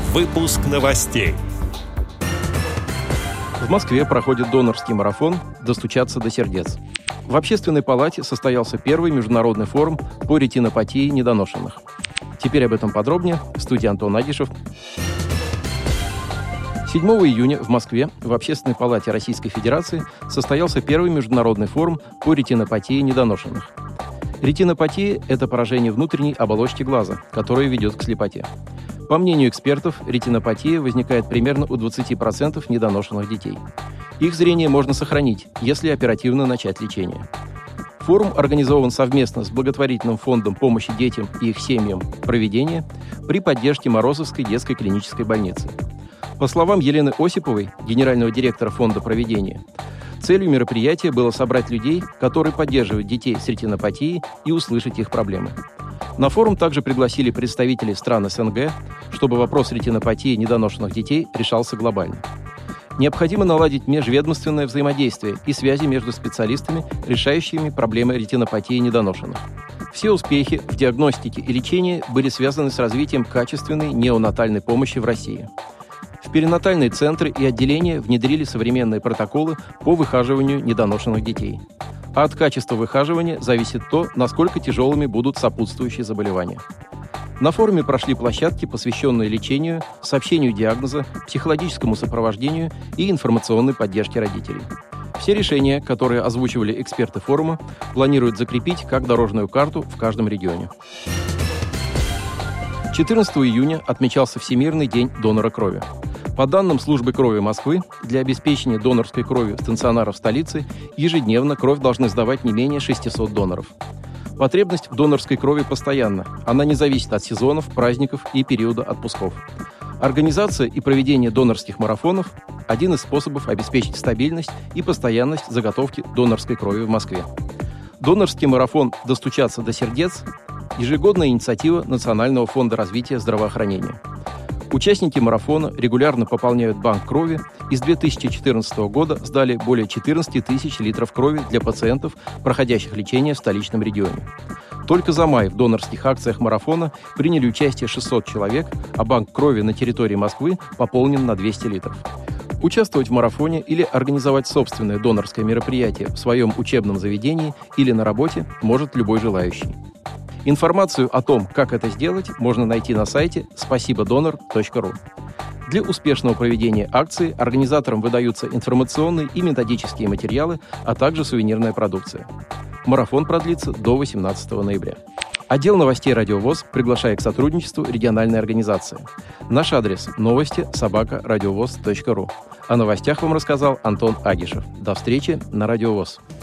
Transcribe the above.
Выпуск новостей. В Москве проходит донорский марафон «Достучаться до сердец». В Общественной палате состоялся первый международный форум по ретинопатии недоношенных. Теперь об этом подробнее. В студии Антон Агишев. 7 июня в Москве в Общественной палате Российской Федерации состоялся первый международный форум по ретинопатии недоношенных. Ретинопатия – это поражение внутренней оболочки глаза, которое ведет к слепоте. По мнению экспертов, ретинопатия возникает примерно у 20% недоношенных детей. Их зрение можно сохранить, если оперативно начать лечение. Форум организован совместно с благотворительным фондом помощи детям и их семьям «Провидение» при поддержке Морозовской детской клинической больницы. По словам Елены Осиповой, генерального директора фонда «Провидение», целью мероприятия было собрать людей, которые поддерживают детей с ретинопатией, и услышать их проблемы. На форум также пригласили представителей стран СНГ, чтобы вопрос ретинопатии недоношенных детей решался глобально. Необходимо наладить межведомственное взаимодействие и связи между специалистами, решающими проблемы ретинопатии недоношенных. Все успехи в диагностике и лечении были связаны с развитием качественной неонатальной помощи в России. В перинатальные центры и отделения внедрили современные протоколы по выхаживанию недоношенных детей. А от качества выхаживания зависит то, насколько тяжелыми будут сопутствующие заболевания. На форуме прошли площадки, посвященные лечению, сообщению диагноза, психологическому сопровождению и информационной поддержке родителей. Все решения, которые озвучивали эксперты форума, планируют закрепить как дорожную карту в каждом регионе. 14 июня отмечался Всемирный день донора крови. По данным Службы крови Москвы, для обеспечения донорской крови стационаров столицы ежедневно кровь должны сдавать не менее 600 доноров. Потребность в донорской крови постоянна. Она не зависит от сезонов, праздников и периода отпусков. Организация и проведение донорских марафонов – один из способов обеспечить стабильность и постоянность заготовки донорской крови в Москве. Донорский марафон «Достучаться до сердец» – ежегодная инициатива Национального фонда развития здравоохранения. Участники марафона регулярно пополняют банк крови и с 2014 года сдали более 14 тысяч литров крови для пациентов, проходящих лечение в столичном регионе. Только за май в донорских акциях марафона приняли участие 600 человек, а банк крови на территории Москвы пополнен на 200 литров. Участвовать в марафоне или организовать собственное донорское мероприятие в своем учебном заведении или на работе может любой желающий. Информацию о том, как это сделать, можно найти на сайте спасибодонор.ру. Для успешного проведения акции организаторам выдаются информационные и методические материалы, а также сувенирная продукция. Марафон продлится до 18 ноября. Отдел новостей «Радио ВОС» приглашает к сотрудничеству региональной организации. Наш адрес – новости@радиовоз.ру. О новостях вам рассказал Антон Агишев. До встречи на «Радио ВОС».